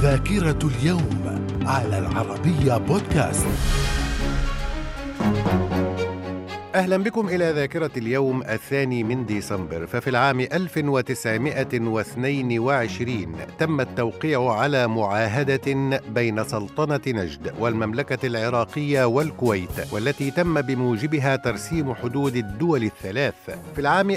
ذاكرة اليوم على العربية بودكاست. أهلا بكم إلى ذاكرة اليوم 2 ديسمبر. ففي العام 1922 تم التوقيع على معاهدة بين سلطنة نجد والمملكة العراقية والكويت، والتي تم بموجبها ترسيم حدود الدول الثلاث. في العام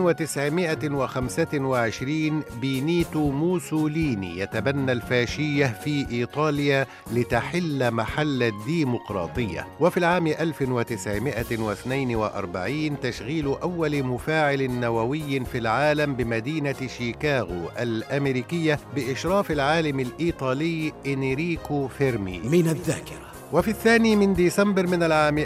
1925 بينيتو موسوليني يتبنى الفاشية في إيطاليا لتحل محل الديمقراطية. وفي العام 1942 تشغيل أول مفاعل نووي في العالم بمدينة شيكاغو الأمريكية بإشراف العالم الإيطالي إنريكو فيرمي. من الذاكرة. وفي 2 ديسمبر من العام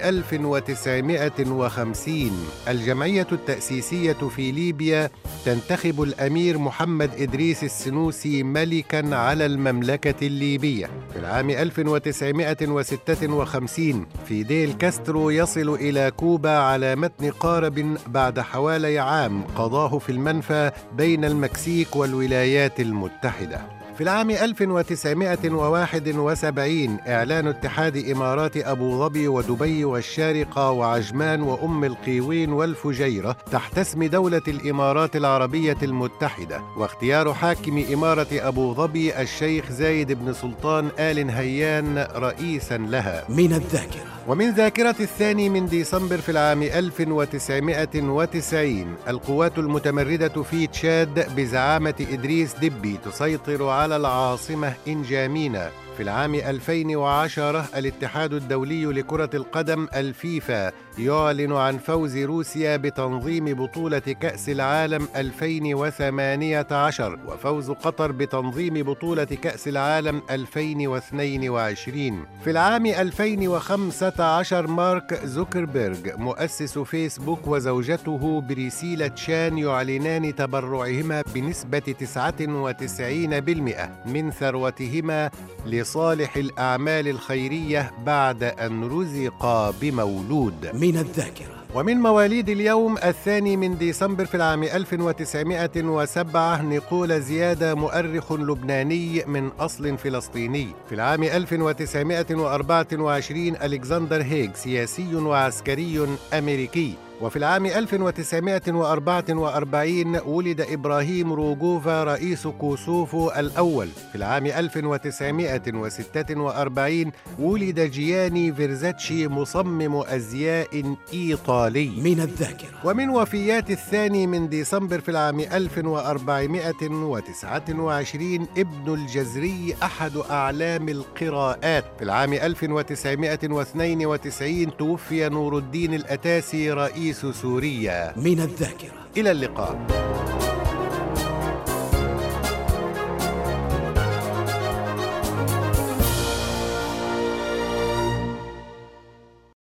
1950 الجمعية التأسيسية في ليبيا تنتخب الأمير محمد إدريس السنوسي ملكاً على المملكة الليبية. في العام 1956 فيديل كاسترو يصل إلى كوبا على متن قارب بعد حوالي عام قضاه في المنفى بين المكسيك والولايات المتحدة. في العام 1971 إعلان اتحاد إمارات أبو ظبي ودبي والشارقة وعجمان وأم القيوين والفجيرة تحت اسم دولة الإمارات العربية المتحدة، واختيار حاكم إمارة أبو ظبي الشيخ زايد بن سلطان آل نهيان رئيساً لها. من الذاكرة. ومن ذاكرة 2 ديسمبر في العام 1990 القوات المتمردة في تشاد بزعامة إدريس دبي تسيطر على العاصمة إنجامينا. في العام 2010 الاتحاد الدولي لكرة القدم الفيفا يعلن عن فوز روسيا بتنظيم بطولة كأس العالم 2018 وفوز قطر بتنظيم بطولة كأس العالم 2022. في العام 2015 مارك زوكربيرغ مؤسس فيسبوك وزوجته بريسيلا تشان يعلنان تبرعهما بنسبة 99% من ثروتهما لصالح الأعمال الخيرية بعد أن رزقا بمولود. من الذاكرة. ومن مواليد اليوم 2 ديسمبر في العام 1907 نيقول زيادة مؤرخ لبناني من أصل فلسطيني. في العام 1924 ألكسندر هيغ سياسي وعسكري أمريكي. وفي العام 1944 ولد إبراهيم روغوفا رئيس كوسوفو الأول. في العام 1946 ولد جياني فيرزاتشي مصمم أزياء إيطالي. من الذاكرة. ومن وفيات 2 ديسمبر في العام 1429 ابن الجزري أحد أعلام القراءات. في العام 1992 توفي نور الدين الأتاسي رئيس سوريا. من الذاكرة. إلى اللقاء.